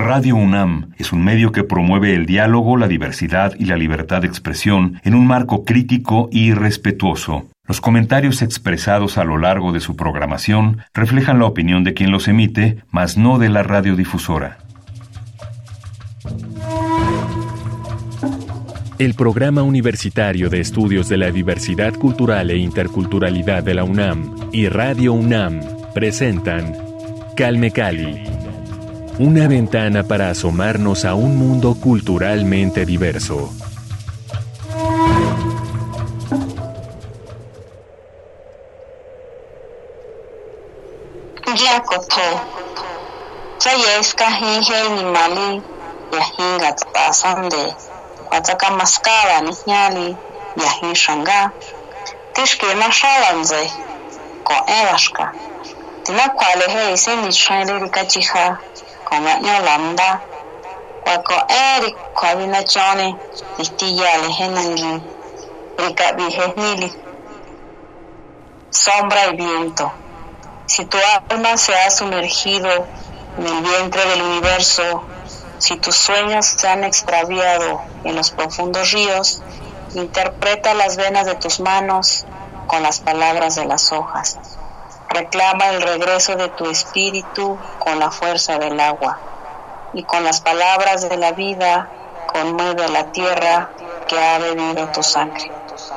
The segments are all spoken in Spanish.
Radio UNAM es un medio que promueve el diálogo, la diversidad y la libertad de expresión en un marco crítico y respetuoso. Los comentarios expresados a lo largo de su programación reflejan la opinión de quien los emite, mas no de la radiodifusora. El Programa Universitario de Estudios de la Diversidad Cultural e Interculturalidad de la UNAM y Radio UNAM presentan Calme Cali, una ventana para asomarnos a un mundo culturalmente diverso. Yakoto, Sayeska Hingel ni Mali, Yahingat Pasande, Wataka Mascara Ninyali, Yahin Shanga, Tishke Mashalanze, Ko Evashka, Tina Quale Sendi Shire Kachiha, Komatno Lamba, Wako Eric Quavinacione, Listia Lehenangi, Rika Vigenili, Sombra y Viento. Si tu alma se ha sumergido en el vientre del universo, si tus sueños se han extraviado en los profundos ríos, interpreta las venas de tus manos con las palabras de las hojas. Reclama el regreso de tu espíritu con la fuerza del agua. Y con las palabras de la vida, conmueve a la tierra que ha bebido tu sangre.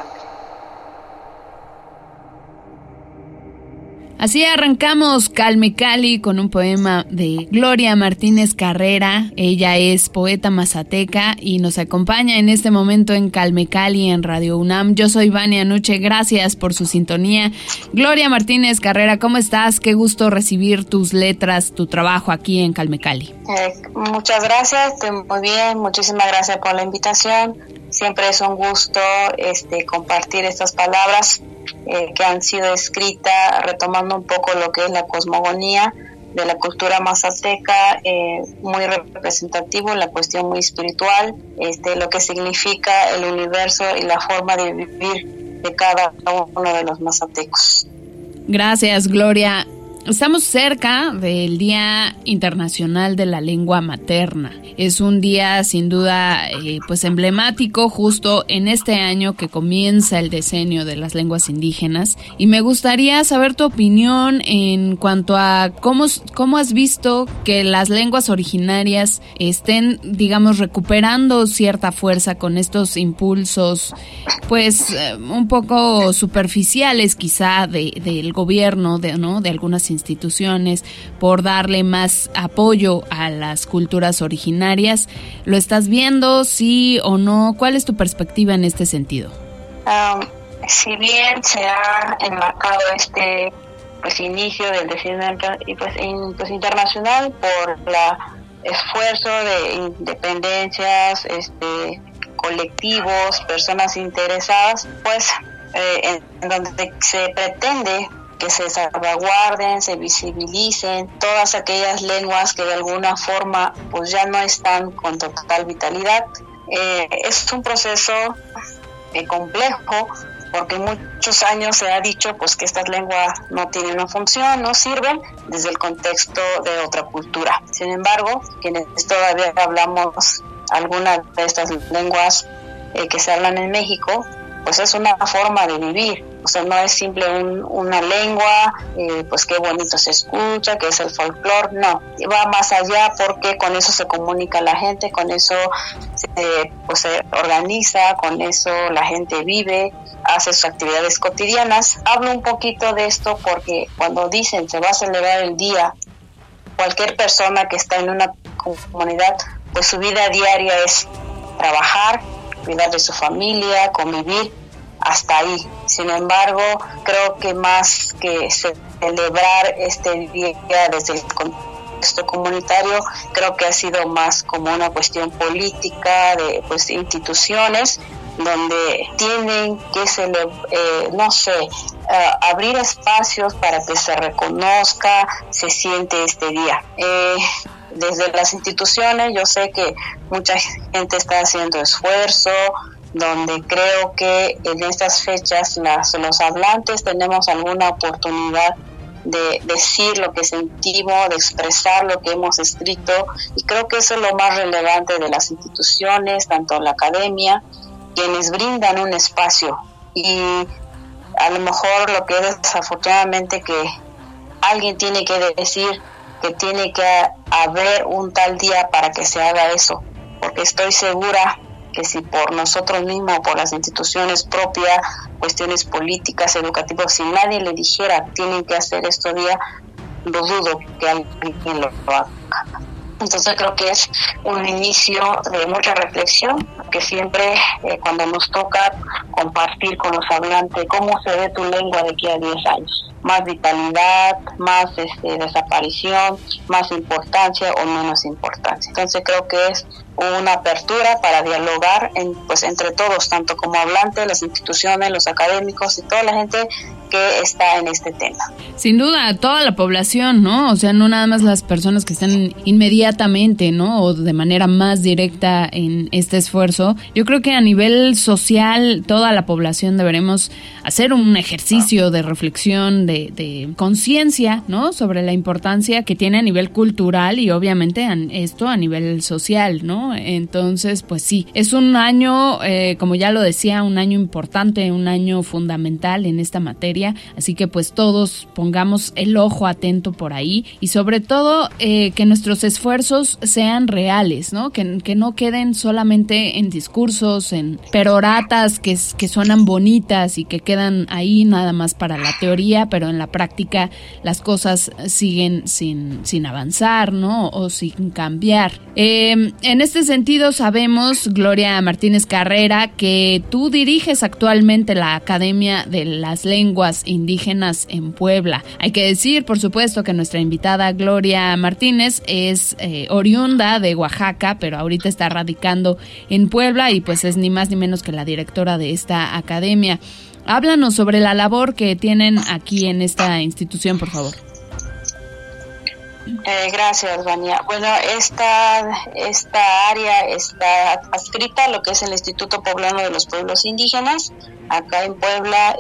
Así arrancamos Calme Cali con un poema de Gloria Martínez Carrera. Ella es poeta mazateca y nos acompaña en este momento en Calme Cali en Radio UNAM. Yo soy Vania Nuche, gracias por su sintonía. Gloria Martínez Carrera, ¿cómo estás? Qué gusto recibir tus letras, tu trabajo aquí en Calme Cali. Muchas gracias, muy bien, muchísimas gracias por la invitación. Siempre es un gusto compartir estas palabras que han sido escritas retomando un poco lo que es la cosmogonía de la cultura mazateca, muy representativo, la cuestión muy espiritual, lo que significa el universo y la forma de vivir de cada uno de los mazatecos. Gracias, Gloria. Estamos cerca del Día Internacional de la Lengua Materna. Es un día sin duda pues emblemático justo en este año que comienza el decenio de las lenguas indígenas, y me gustaría saber tu opinión en cuanto a cómo has visto que las lenguas originarias estén, digamos, recuperando cierta fuerza con estos impulsos pues un poco superficiales quizá del gobierno, de algunas instituciones, por darle más apoyo a las culturas originarias. ¿Lo estás viendo, sí o no? ¿Cuál es tu perspectiva en este sentido? Si bien se ha enmarcado inicio del decenio internacional por el esfuerzo de independencias, colectivos, personas interesadas, pues en donde se pretende que se salvaguarden, se visibilicen todas aquellas lenguas que de alguna forma pues ya no están con total vitalidad. Es un proceso complejo, porque muchos años se ha dicho pues que estas lenguas no tienen una función, no sirven desde el contexto de otra cultura. Sin embargo, quienes todavía hablamos algunas de estas lenguas que se hablan en México, pues es una forma de vivir. O sea, no es simple una lengua, pues qué bonito se escucha, que es el folclore, no, va más allá, porque con eso se comunica la gente, con eso se organiza, con eso la gente vive, hace sus actividades cotidianas. Hablo un poquito de esto porque cuando dicen se va a celebrar el día, cualquier persona que está en una comunidad, pues su vida diaria es trabajar, cuidar de su familia, convivir, hasta ahí. Sin embargo, creo que más que celebrar este día desde el contexto comunitario, creo que ha sido más como una cuestión política de instituciones donde tienen que abrir espacios para que se reconozca, se siente este día. Desde las instituciones yo sé que mucha gente está haciendo esfuerzo, donde creo que en estas fechas los hablantes tenemos alguna oportunidad de decir lo que sentimos, de expresar lo que hemos escrito, y creo que eso es lo más relevante de las instituciones, tanto la academia, quienes brindan un espacio. Y a lo mejor lo que es desafortunadamente que alguien tiene que decir que tiene que haber un tal día para que se haga eso, porque estoy segura que si por nosotros mismos, por las instituciones propias, cuestiones políticas, educativas, si nadie le dijera tienen que hacer estos días, lo dudo que alguien lo haga. Entonces creo que es un inicio de mucha reflexión, que siempre cuando nos toca compartir con los hablantes cómo se ve tu lengua de aquí a 10 años. Más vitalidad, más desaparición, más importancia o menos importancia. Entonces creo que es una apertura para dialogar entre todos, tanto como hablantes, las instituciones, los académicos y toda la gente que está en este tema. Sin duda, toda la población, ¿no? O sea, no nada más las personas que están inmediatamente, ¿no? O de manera más directa en este esfuerzo. Yo creo que a nivel social, toda la población deberemos hacer un ejercicio de reflexión, de conciencia, ¿no? Sobre la importancia que tiene a nivel cultural y obviamente esto a nivel social, ¿no? Entonces, pues sí, es un año, como ya lo decía, un año importante, un año fundamental en esta materia. Así que pues todos pongamos el ojo atento por ahí y sobre todo que nuestros esfuerzos sean reales, ¿no? Que no queden solamente en discursos, en peroratas que suenan bonitas y que quedan ahí nada más para la teoría, pero en la práctica las cosas siguen sin avanzar, ¿no? O sin cambiar. En este sentido sabemos, Gloria Martínez Carrera, que tú diriges actualmente la Academia de las Lenguas Indígenas en Puebla. Hay que decir, por supuesto, que nuestra invitada Gloria Martínez es oriunda de Oaxaca, pero ahorita está radicando en Puebla y pues es ni más ni menos que la directora de esta academia. Háblanos sobre la labor que tienen aquí en esta institución, por favor. Gracias, Vania. Bueno, esta área está adscrita a lo que es el Instituto Poblano de los Pueblos Indígenas, acá en Puebla.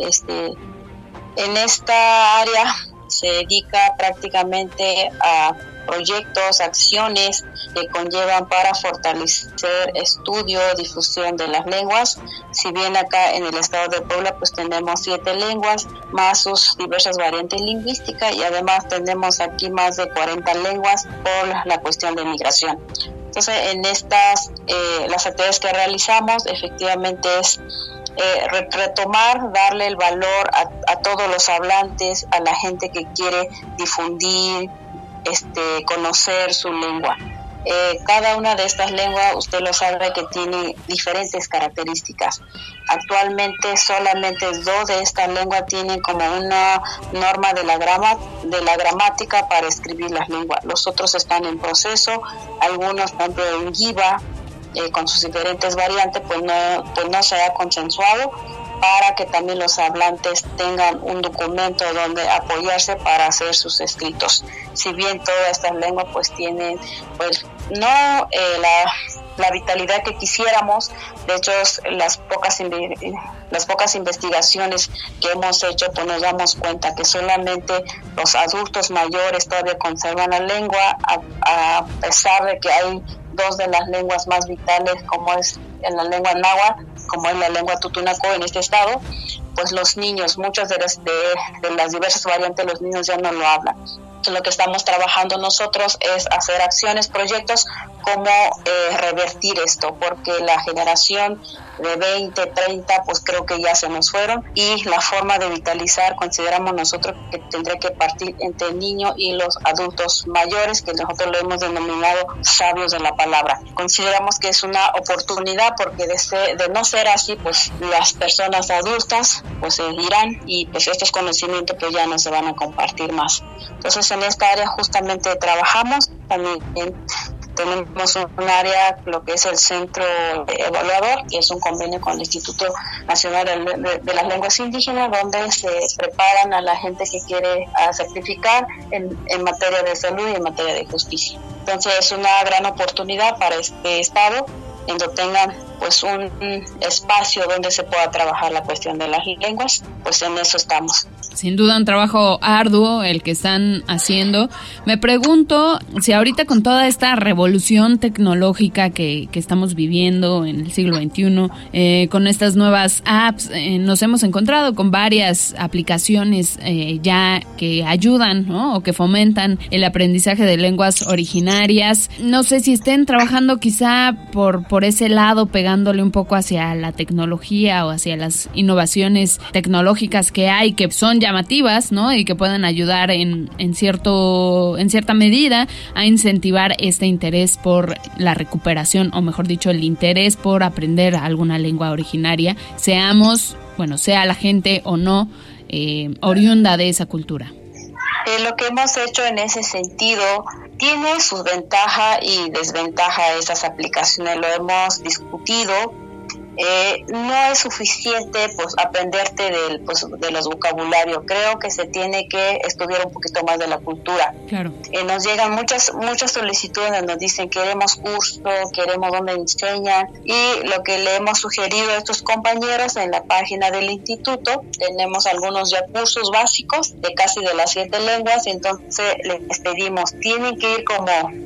En esta área se dedica prácticamente a proyectos, acciones que conllevan para fortalecer estudio, difusión de las lenguas. Si bien acá en el estado de Puebla pues tenemos 7 lenguas, más sus diversas variantes lingüísticas, y además tenemos aquí más de 40 lenguas por la cuestión de migración. Entonces, en las actividades que realizamos, efectivamente es retomar, darle el valor a todos los hablantes, a la gente que quiere difundir, conocer su lengua. Cada una de estas lenguas, usted lo sabe, que tiene diferentes características. Actualmente solamente 2 de estas lenguas tienen como una norma de la gramática para escribir las lenguas. Los otros están en proceso, algunos tanto en Giva, con sus diferentes variantes, pues no se ha consensuado para que también los hablantes tengan un documento donde apoyarse para hacer sus escritos. Si bien todas estas lenguas pues tienen pues no la vitalidad que quisiéramos, de hecho las pocas investigaciones que hemos hecho pues nos damos cuenta que solamente los adultos mayores todavía conservan la lengua, a pesar de que hay 2 de las lenguas más vitales, como es en la lengua náhuatl, como es la lengua tutunaco en este estado, pues los niños, muchas de las diversas variantes, los niños ya no lo hablan. Lo que estamos trabajando nosotros es hacer acciones, proyectos, cómo revertir esto, porque la generación de 20, 30, pues creo que ya se nos fueron, y la forma de vitalizar consideramos nosotros que tendría que partir entre el niño y los adultos mayores, que nosotros lo hemos denominado sabios de la palabra. Consideramos que es una oportunidad, porque de no ser así, pues las personas adultas pues se irán y pues estos conocimientos pues ya no se van a compartir más. Entonces en esta área justamente trabajamos. También tenemos un área, lo que es el Centro Evaluador, que es un convenio con el Instituto Nacional de las Lenguas Indígenas, donde se preparan a la gente que quiere certificar en materia de salud y en materia de justicia. Entonces es una gran oportunidad para este estado, en donde tengan pues un espacio donde se pueda trabajar la cuestión de las lenguas, pues en eso estamos. Sin duda un trabajo arduo el que están haciendo. Me pregunto si ahorita con toda esta revolución tecnológica que estamos viviendo en el siglo XXI, con estas nuevas apps, nos hemos encontrado con varias aplicaciones ya que ayudan, ¿no? O que fomentan el aprendizaje de lenguas originarias. No sé si estén trabajando quizá por ese lado, pegándole un poco hacia la tecnología o hacia las innovaciones tecnológicas que hay, que son llamativas, ¿no? Y que puedan ayudar en cierta medida a incentivar este interés por la recuperación, o mejor dicho, el interés por aprender alguna lengua originaria, sea la gente o no oriunda de esa cultura. Lo que hemos hecho en ese sentido tiene sus ventajas y desventajas. Esas aplicaciones lo hemos discutido. No es suficiente pues aprenderte de los vocabularios. Creo que se tiene que estudiar un poquito más de la cultura. Claro. Nos llegan muchas solicitudes, nos dicen queremos curso, queremos donde enseñan, y lo que le hemos sugerido a estos compañeros en la página del instituto, tenemos algunos ya cursos básicos de casi de las 7 lenguas, y entonces les pedimos, tienen que ir como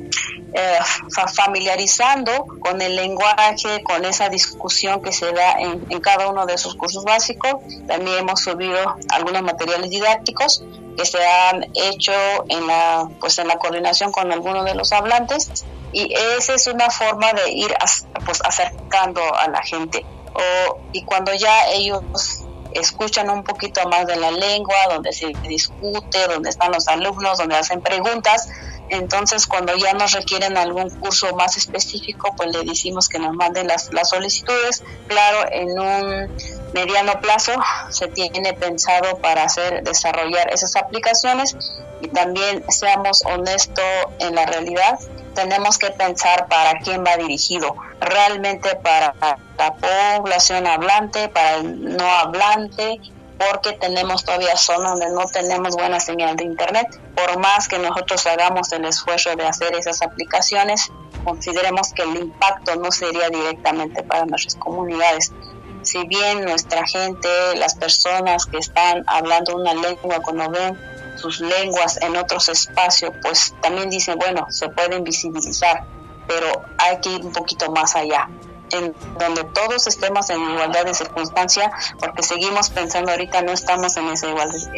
familiarizando con el lenguaje, con esa discusión que se da en cada uno de esos cursos básicos. También hemos subido algunos materiales didácticos que se han hecho en la coordinación con algunos de los hablantes, y esa es una forma de ir acercando a la gente. Y cuando ya ellos escuchan un poquito más de la lengua, donde se discute, donde están los alumnos, donde hacen preguntas, entonces cuando ya nos requieren algún curso más específico, pues le decimos que nos manden las solicitudes. Claro, en un mediano plazo se tiene pensado para desarrollar esas aplicaciones, y también seamos honestos en la realidad, tenemos que pensar para quién va dirigido, realmente para la población hablante, para el no hablante, porque tenemos todavía zonas donde no tenemos buena señal de internet. Por más que nosotros hagamos el esfuerzo de hacer esas aplicaciones, consideremos que el impacto no sería directamente para nuestras comunidades. Si bien nuestra gente, las personas que están hablando una lengua, cuando ven sus lenguas en otros espacios, pues también dicen, bueno, se pueden visibilizar, pero hay que ir un poquito más allá, en donde todos estemos en igualdad de circunstancia, porque seguimos pensando ahorita no estamos en esa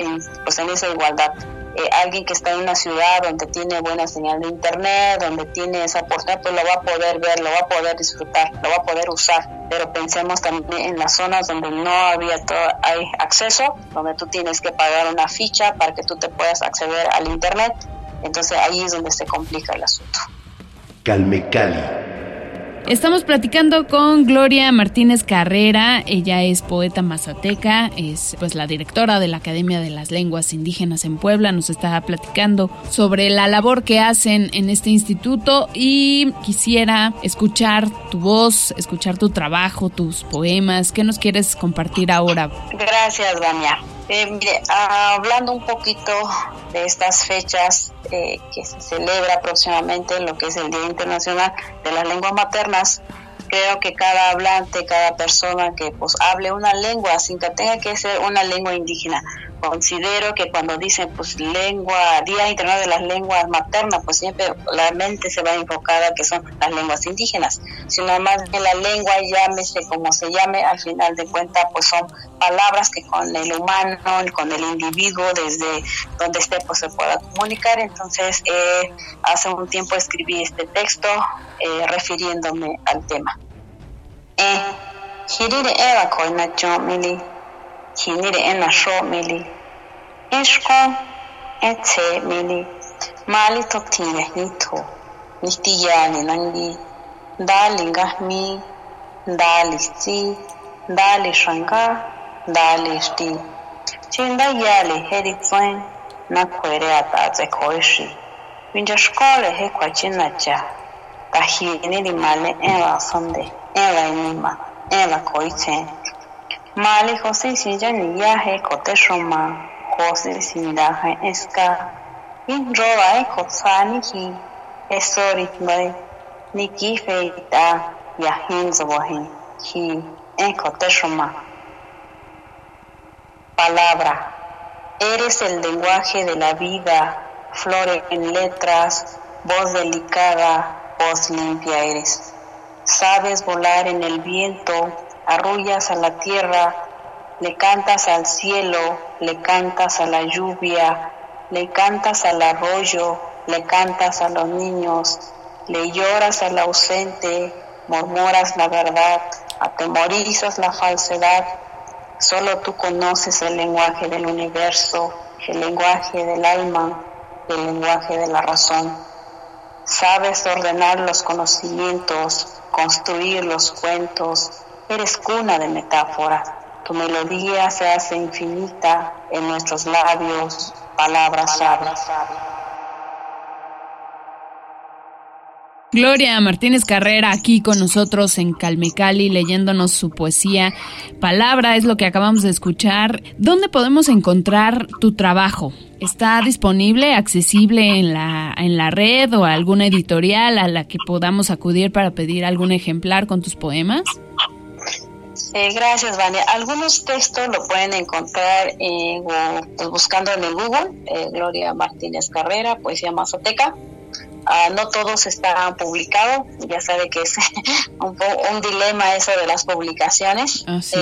igualdad. Alguien que está en una ciudad donde tiene buena señal de internet, donde tiene esa oportunidad, pues lo va a poder ver, lo va a poder disfrutar, lo va a poder usar. Pero pensemos también en las zonas donde no hay acceso, donde tú tienes que pagar una ficha para que tú te puedas acceder al internet. Entonces ahí es donde se complica el asunto. Calme Cali. Estamos platicando con Gloria Martínez Carrera. Ella es poeta mazateca, es pues la directora de la Academia de las Lenguas Indígenas en Puebla. Nos está platicando sobre la labor que hacen en este instituto, y quisiera escuchar tu voz, escuchar tu trabajo, tus poemas. ¿Qué nos quieres compartir ahora? Gracias, Vania. Mire, hablando un poquito de estas fechas que se celebra próximamente, lo que es el Día Internacional de las Lenguas Maternas, creo que cada hablante, cada persona que pues hable una lengua, sin que tenga que ser una lengua indígena, considero que cuando dicen pues lengua, Día Internacional de las Lenguas Maternas, pues siempre la mente se va enfocada que son las lenguas indígenas, sino más que la lengua, llámese como se llame, al final de cuentas pues son palabras que con el humano, con el individuo, desde donde esté pues se pueda comunicar. Entonces hace un tiempo escribí este texto refiriéndome al tema. Hirire era koinacho mili, hinire ena sho mili, ishko etze mili, mali toktire hito, nistiyani nangi, dali ngahmi, dali si, dali shanga, dali sti, chinda yali herifuen, na kwere ataze koishi, winja shkole he kwa chinacha, tahini male era sonde, era inima, era koichen. Mali Jose Sijani Yahe Koteshoma, Jose Sindaha Eska, in Roa Kotsani Hi, Esori Noi, Niki Feita, Yahin Zohin, hi enkoteshoma. Palabra, eres el lenguaje de la vida, flor en letras, voz delicada, voz limpia eres. Sabes volar en el viento, arrullas a la tierra, le cantas al cielo, le cantas a la lluvia, le cantas al arroyo, le cantas a los niños, le lloras al ausente, murmuras la verdad, atemorizas la falsedad. Solo tú conoces el lenguaje del universo, el lenguaje del alma, el lenguaje de la razón. Sabes ordenar los conocimientos, construir los cuentos, eres cuna de metáfora. Tu melodía se hace infinita en nuestros labios, palabras sabias. Gloria Martínez Carrera aquí con nosotros en Calmecali leyéndonos su poesía. Palabra es lo que acabamos de escuchar. ¿Dónde podemos encontrar tu trabajo? ¿Está disponible, accesible en la red o alguna editorial a la que podamos acudir para pedir algún ejemplar con tus poemas? Gracias, Vania. Algunos textos lo pueden encontrar pues buscando en el Google, Gloria Martínez Carrera, Poesía Mazateca. No todos están publicados, ya sabe que es un dilema eso de las publicaciones. Sí.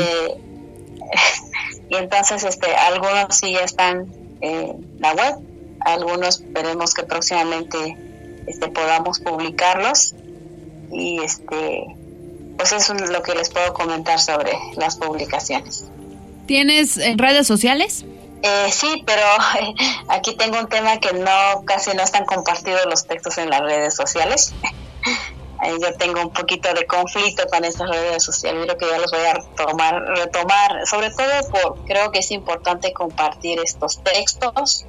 Y entonces algunos sí ya están en la web, algunos veremos que próximamente podamos publicarlos y pues eso es lo que les puedo comentar sobre las publicaciones. ¿Tienes redes sociales? Sí, pero aquí tengo un tema que casi no están compartidos los textos en las redes sociales. Yo tengo un poquito de conflicto con estas redes sociales, creo que ya los voy a retomar, sobre todo creo que es importante compartir estos textos,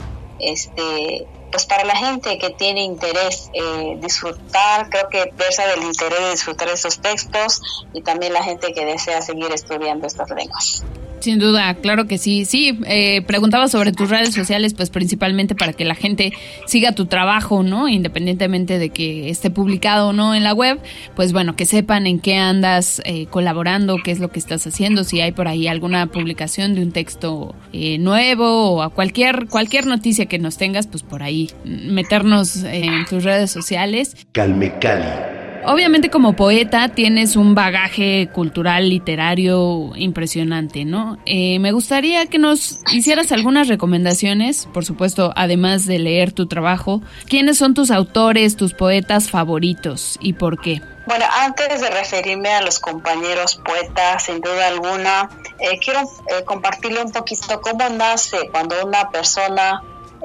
pues para la gente que tiene interés disfrutar, creo que versa del interés de disfrutar estos textos y también la gente que desea seguir estudiando estas lenguas. Sin duda, claro que sí. Sí, preguntaba sobre tus redes sociales, pues principalmente para que la gente siga tu trabajo, ¿no? Independientemente de que esté publicado o no en la web, pues bueno, que sepan en qué andas colaborando, qué es lo que estás haciendo, si hay por ahí alguna publicación de un texto nuevo o a cualquier noticia que nos tengas, pues por ahí meternos en tus redes sociales. Calmecali. Obviamente como poeta tienes un bagaje cultural, literario impresionante, ¿no? Me gustaría que nos hicieras algunas recomendaciones, por supuesto, además de leer tu trabajo. ¿Quiénes son tus autores, tus poetas favoritos y por qué? Bueno, antes de referirme a los compañeros poetas, sin duda alguna, quiero compartirle un poquito cómo nace cuando una persona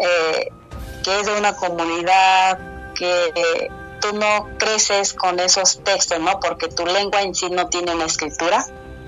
que es de una comunidad que... tú no creces con esos textos, ¿no? Porque tu lengua en sí no tiene una escritura.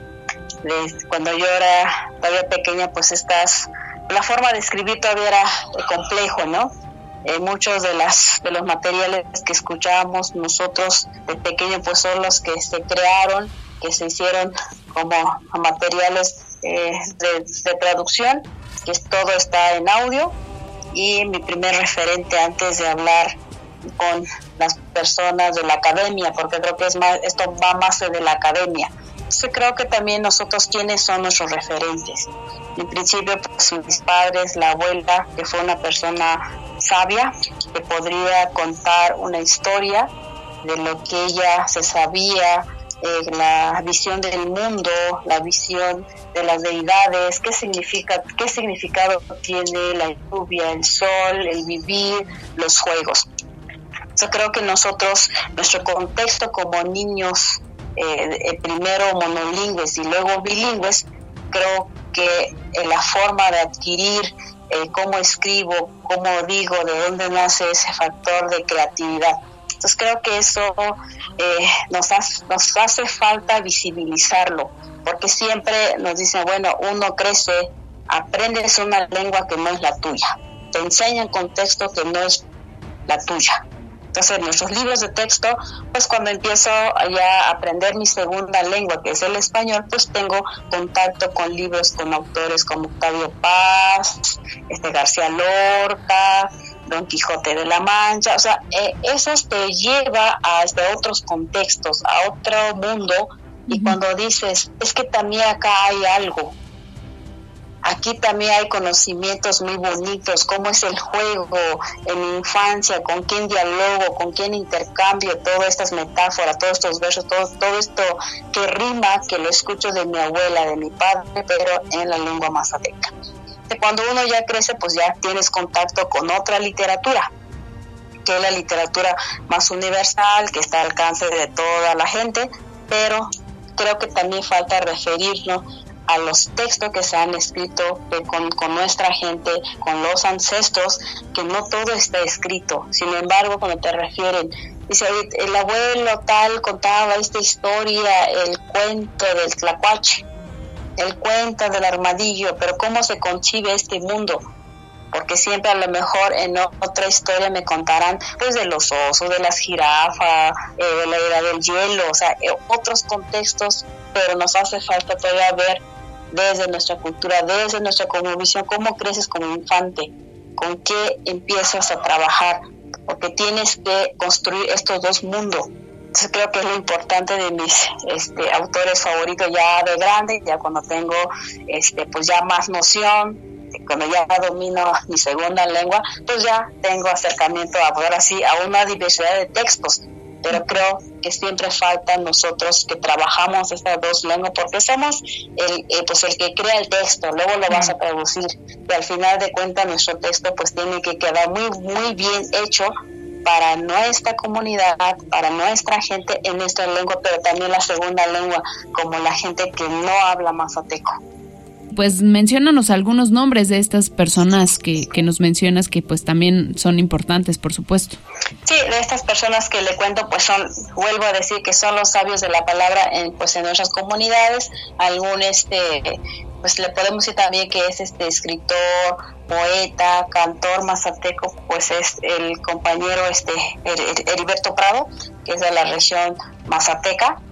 Cuando yo era todavía pequeña, pues la forma de escribir todavía era complejo, ¿no? Muchos de los materiales que escuchábamos nosotros de pequeño, pues son los que se crearon, que se hicieron como materiales de traducción, que todo está en audio. Y mi primer referente antes de hablar con las personas de la academia, porque creo que esto va más de la academia. Entonces creo que también nosotros, ¿quiénes son nuestros referentes? En principio, pues mis padres, la abuela, que fue una persona sabia, que podría contar una historia de lo que ella se sabía, la visión del mundo, la visión de las deidades, qué significado tiene la lluvia, el sol, el vivir, los juegos. Yo creo que nosotros, nuestro contexto como niños, primero monolingües y luego bilingües, creo que la forma de adquirir cómo escribo, cómo digo, de dónde nace ese factor de creatividad. Entonces creo que eso nos hace falta visibilizarlo, porque siempre nos dicen, bueno, uno crece, aprendes una lengua que no es la tuya, te enseñan contexto que no es la tuya. Entonces, en nuestros libros de texto, pues cuando empiezo ya a aprender mi segunda lengua, que es el español, pues tengo contacto con libros, con autores como Octavio Paz, García Lorca, Don Quijote de la Mancha. O sea, eso te lleva a otros contextos, a otro mundo Y cuando dices, es que también acá hay algo, aquí también hay conocimientos muy bonitos, cómo es el juego en mi infancia, con quién dialogo, con quién intercambio, todas estas metáforas, todos estos versos, todo esto que rima, que lo escucho de mi abuela, de mi padre, pero en la lengua mazateca. Cuando uno ya crece, pues ya tienes contacto con otra literatura, que es la literatura más universal, que está al alcance de toda la gente, pero creo que también falta referirnos a los textos que se han escrito con nuestra gente, con los ancestros, que no todo está escrito. Sin embargo, cuando te refieren, dice, el abuelo tal contaba esta historia, el cuento del tlacuache, el cuento del armadillo, pero ¿cómo se concibe este mundo? Porque siempre a lo mejor en otra historia me contarán pues de los osos, de las jirafas, de la era del hielo, o sea, otros contextos, pero nos hace falta todavía ver desde nuestra cultura, desde nuestra cosmovisión, cómo creces como infante, con qué empiezas a trabajar, porque tienes que construir estos dos mundos. Entonces creo que es lo importante de mis autores favoritos ya de grande, ya cuando tengo pues ya más noción, cuando ya domino mi segunda lengua, pues ya tengo acercamiento ahora sí a una diversidad de textos, pero creo que siempre falta nosotros que trabajamos estas dos lenguas, porque somos el que crea el texto, luego lo vas a traducir, y al final de cuentas nuestro texto pues tiene que quedar muy, muy bien hecho para nuestra comunidad, para nuestra gente en nuestra lengua, pero también la segunda lengua, como la gente que no habla mazateco. Pues menciónanos algunos nombres de estas personas que nos mencionas, que pues también son importantes, por supuesto. Sí, de estas personas que le cuento, pues vuelvo a decir que son los sabios de la palabra en nuestras comunidades. Algún pues le podemos decir también que es escritor, poeta, cantor mazateco, pues es el compañero Heriberto Prado, que es de la región mazateca.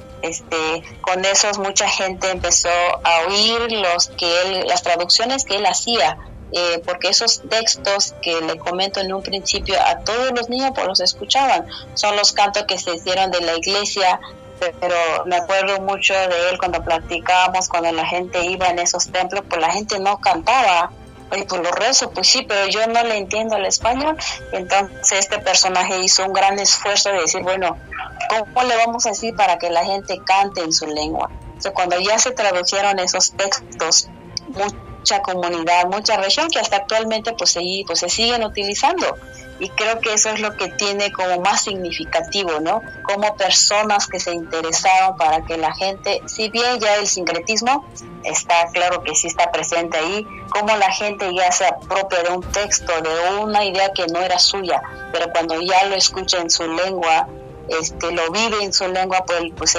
Con esos mucha gente empezó a oír las traducciones que él hacía, porque esos textos que le comento en un principio a todos los niños pues los escuchaban, son los cantos que se hicieron de la iglesia, pero me acuerdo mucho de él cuando platicábamos, cuando la gente iba en esos templos, pues la gente no cantaba. Oye, pues lo rezo, pues sí, pero yo no le entiendo el español. Entonces este personaje hizo un gran esfuerzo de decir, bueno, ¿cómo le vamos a decir para que la gente cante en su lengua? Entonces cuando ya se tradujeron esos textos, mucha comunidad, mucha región que hasta actualmente pues se siguen utilizando. Y creo que eso es lo que tiene como más significativo, ¿no? Como personas que se interesaron para que la gente, si bien ya el sincretismo está claro que sí está presente ahí, como la gente ya se apropia de un texto, de una idea que no era suya, pero cuando ya lo escucha en su lengua, lo vive en su lengua, pues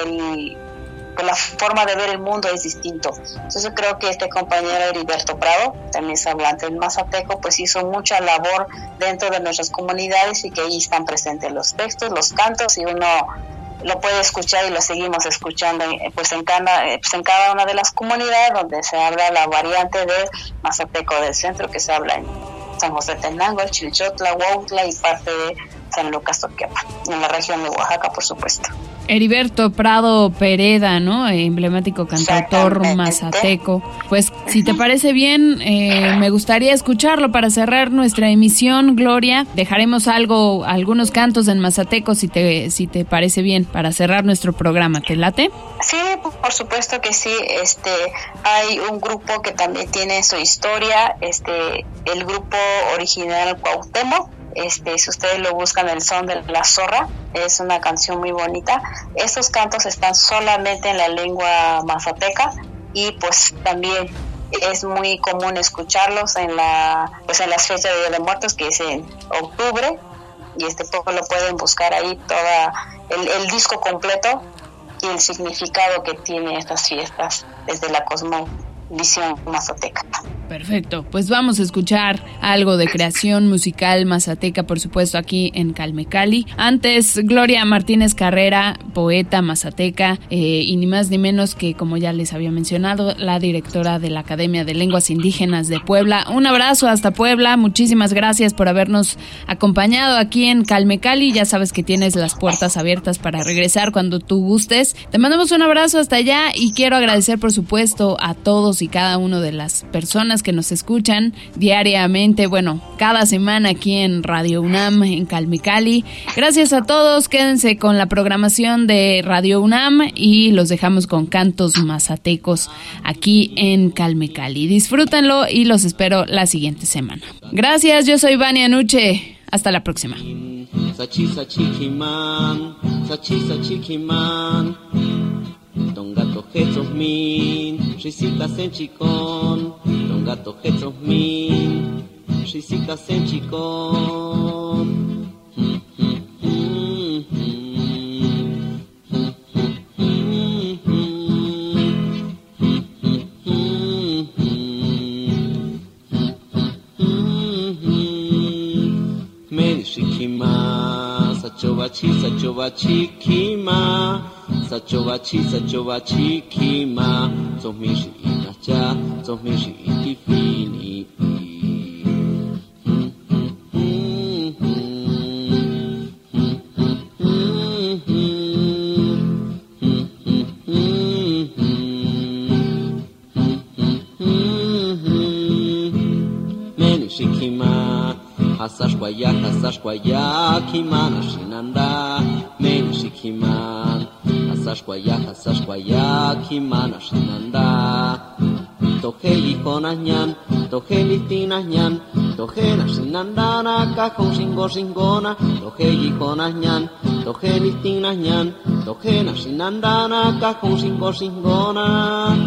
la forma de ver el mundo es distinto. Entonces creo que este compañero Heriberto Prado, también es hablante en mazateco, pues hizo mucha labor dentro de nuestras comunidades y que ahí están presentes los textos, los cantos, y uno lo puede escuchar y lo seguimos escuchando pues en cada una de las comunidades donde se habla la variante de mazateco del centro, que se habla en San José Tenango, Chilchotla, Huautla y parte de San Lucas Toquepa, en la región de Oaxaca, por supuesto. Heriberto Prado Pereda, ¿no? Emblemático cantautor mazateco. Pues si te parece bien, me gustaría escucharlo para cerrar nuestra emisión, Gloria. Dejaremos algunos cantos en mazateco, si te parece bien, para cerrar nuestro programa. ¿Te late? Sí, por supuesto que sí. Hay un grupo que también tiene su historia, el grupo original Cuauhtémoc. Si ustedes lo buscan, el son de la zorra, es una canción muy bonita. Estos cantos están solamente en la lengua mazateca y pues también es muy común escucharlos en las fechas de Día de Muertos, que es en octubre, y todo lo pueden buscar ahí, toda el disco completo y el significado que tiene estas fiestas desde la cosmovisión mazateca. Perfecto, pues vamos a escuchar algo de creación musical mazateca, por supuesto, aquí en Calme Cali. Antes, Gloria Martínez Carrera, poeta mazateca, y ni más ni menos que, como ya les había mencionado, la directora de la Academia de Lenguas Indígenas de Puebla. Un abrazo hasta Puebla, muchísimas gracias por habernos acompañado aquí en Calme Cali. Ya sabes que tienes las puertas abiertas para regresar cuando tú gustes. Te mandamos un abrazo hasta allá y quiero agradecer, por supuesto, a todos y cada uno de las personas que nos escuchan diariamente, bueno, cada semana aquí en Radio UNAM en Calme Cali. Gracias a todos, quédense con la programación de Radio UNAM y los dejamos con cantos mazatecos aquí en Calme Cali. Disfrútenlo y los espero la siguiente semana. Gracias, yo soy Vania Nuche. Hasta la próxima. Gato hechos min, risitas en chicón. Gato hechos min, risitas en chicón. Menishikima, sachobachi, sachobachi, kima. Sachobachi, sachobachi, kima. Sos mi riinacha, sos mi riitifini. Menishikima, hasashkwaya, kimana shinanda. Menishikima, hasashkwaya, kimana shinanda. Toheli konasñan, toheli tinasñan, tohena shinandana, cajón shingo shingona. Toheli konasñan, toheli tinasñan, tohena shinandana, cajón shingo shingona.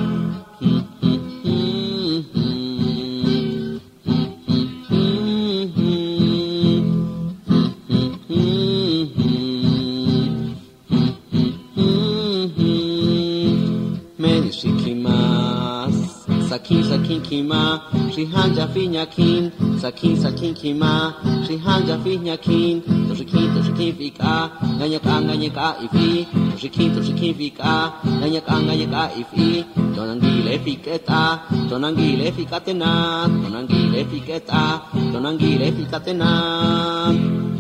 Sakin sakin kima, shihanja finyakin. Sakin sakin kima, shihanja finyakin. Toshikin fika, nganyaka ifi. Toshikin fika, nganyaka ifi. Tonangile fiketa, tonangile fikatena, tonangile fiketa, tonangile fikatena.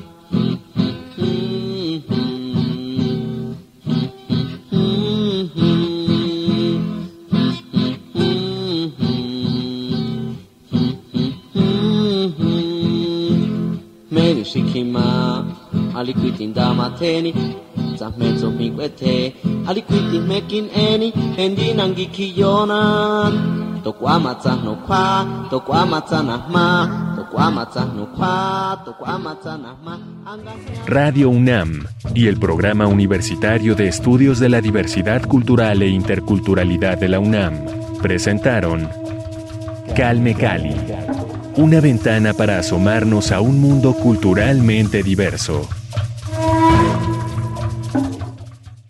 Shikima, aliquitin damateni, zahmezzo miquete, aliquitin mekin eni, endinangi kiyonan, toquamazan no qua, toquamazan ahma, toquamazan no qua, toquamazan ahma. Radio UNAM y el Programa Universitario de Estudios de la Diversidad Cultural e Interculturalidad de la UNAM presentaron Calme Cali. Una ventana para asomarnos a un mundo culturalmente diverso.